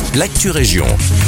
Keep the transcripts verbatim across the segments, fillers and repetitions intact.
l'actu région.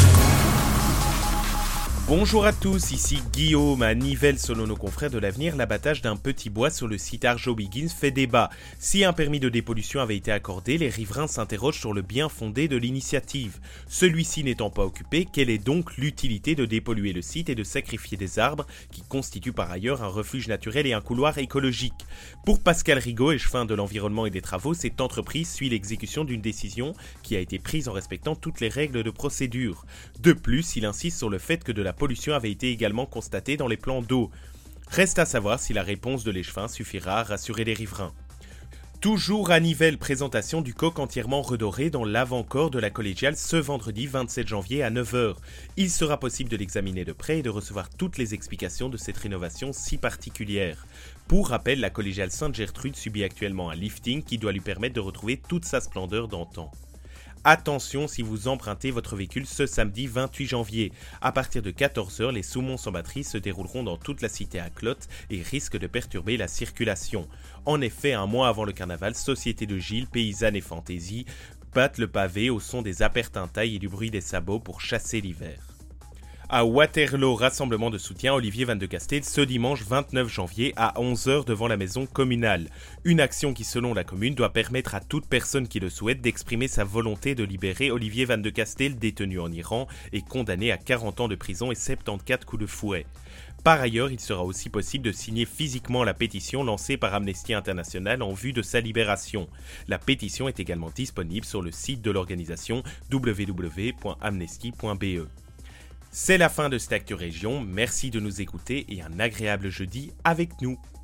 Bonjour à tous, ici Guillaume. À Nivelles, selon nos confrères de l'Avenir, l'abattage d'un petit bois sur le site Arjowiggins fait débat. Si un permis de dépollution avait été accordé, les riverains s'interrogent sur le bien fondé de l'initiative. Celui-ci n'étant pas occupé, quelle est donc l'utilité de dépolluer le site et de sacrifier des arbres, qui constituent par ailleurs un refuge naturel et un couloir écologique? Pour Pascal Rigaud, échevin de l'environnement et des travaux, cette entreprise suit l'exécution d'une décision qui a été prise en respectant toutes les règles de procédure. De plus, il insiste sur le fait que de la pollution avait été également constatée dans les plans d'eau. Reste à savoir si la réponse de l'échevin suffira à rassurer les riverains. Toujours à Nivelles, présentation du coq entièrement redoré dans l'avant-corps de la collégiale ce vendredi vingt-sept janvier à neuf heures. Il sera possible de l'examiner de près et de recevoir toutes les explications de cette rénovation si particulière. Pour rappel, la collégiale Sainte-Gertrude subit actuellement un lifting qui doit lui permettre de retrouver toute sa splendeur d'antan. Attention si vous empruntez votre véhicule ce samedi vingt-huit janvier. À partir de quatorze heures, les sous-monts sans batterie se dérouleront dans toute la cité à Clotte et risquent de perturber la circulation. En effet, un mois avant le carnaval, Société de Gilles, Paysanne et Fantaisie battent le pavé au son des apertintailles et du bruit des sabots pour chasser l'hiver. À Waterloo, rassemblement de soutien Olivier Van de Castel ce dimanche vingt-neuf janvier à onze heures devant la maison communale. Une action qui, selon la commune, doit permettre à toute personne qui le souhaite d'exprimer sa volonté de libérer Olivier Van de Castel, détenu en Iran et condamné à quarante ans de prison et soixante-quatorze coups de fouet. Par ailleurs, il sera aussi possible de signer physiquement la pétition lancée par Amnesty International en vue de sa libération. La pétition est également disponible sur le site de l'organisation w w w point amnesty point b e. C'est la fin de cette Actu Région, merci de nous écouter et un agréable jeudi avec nous.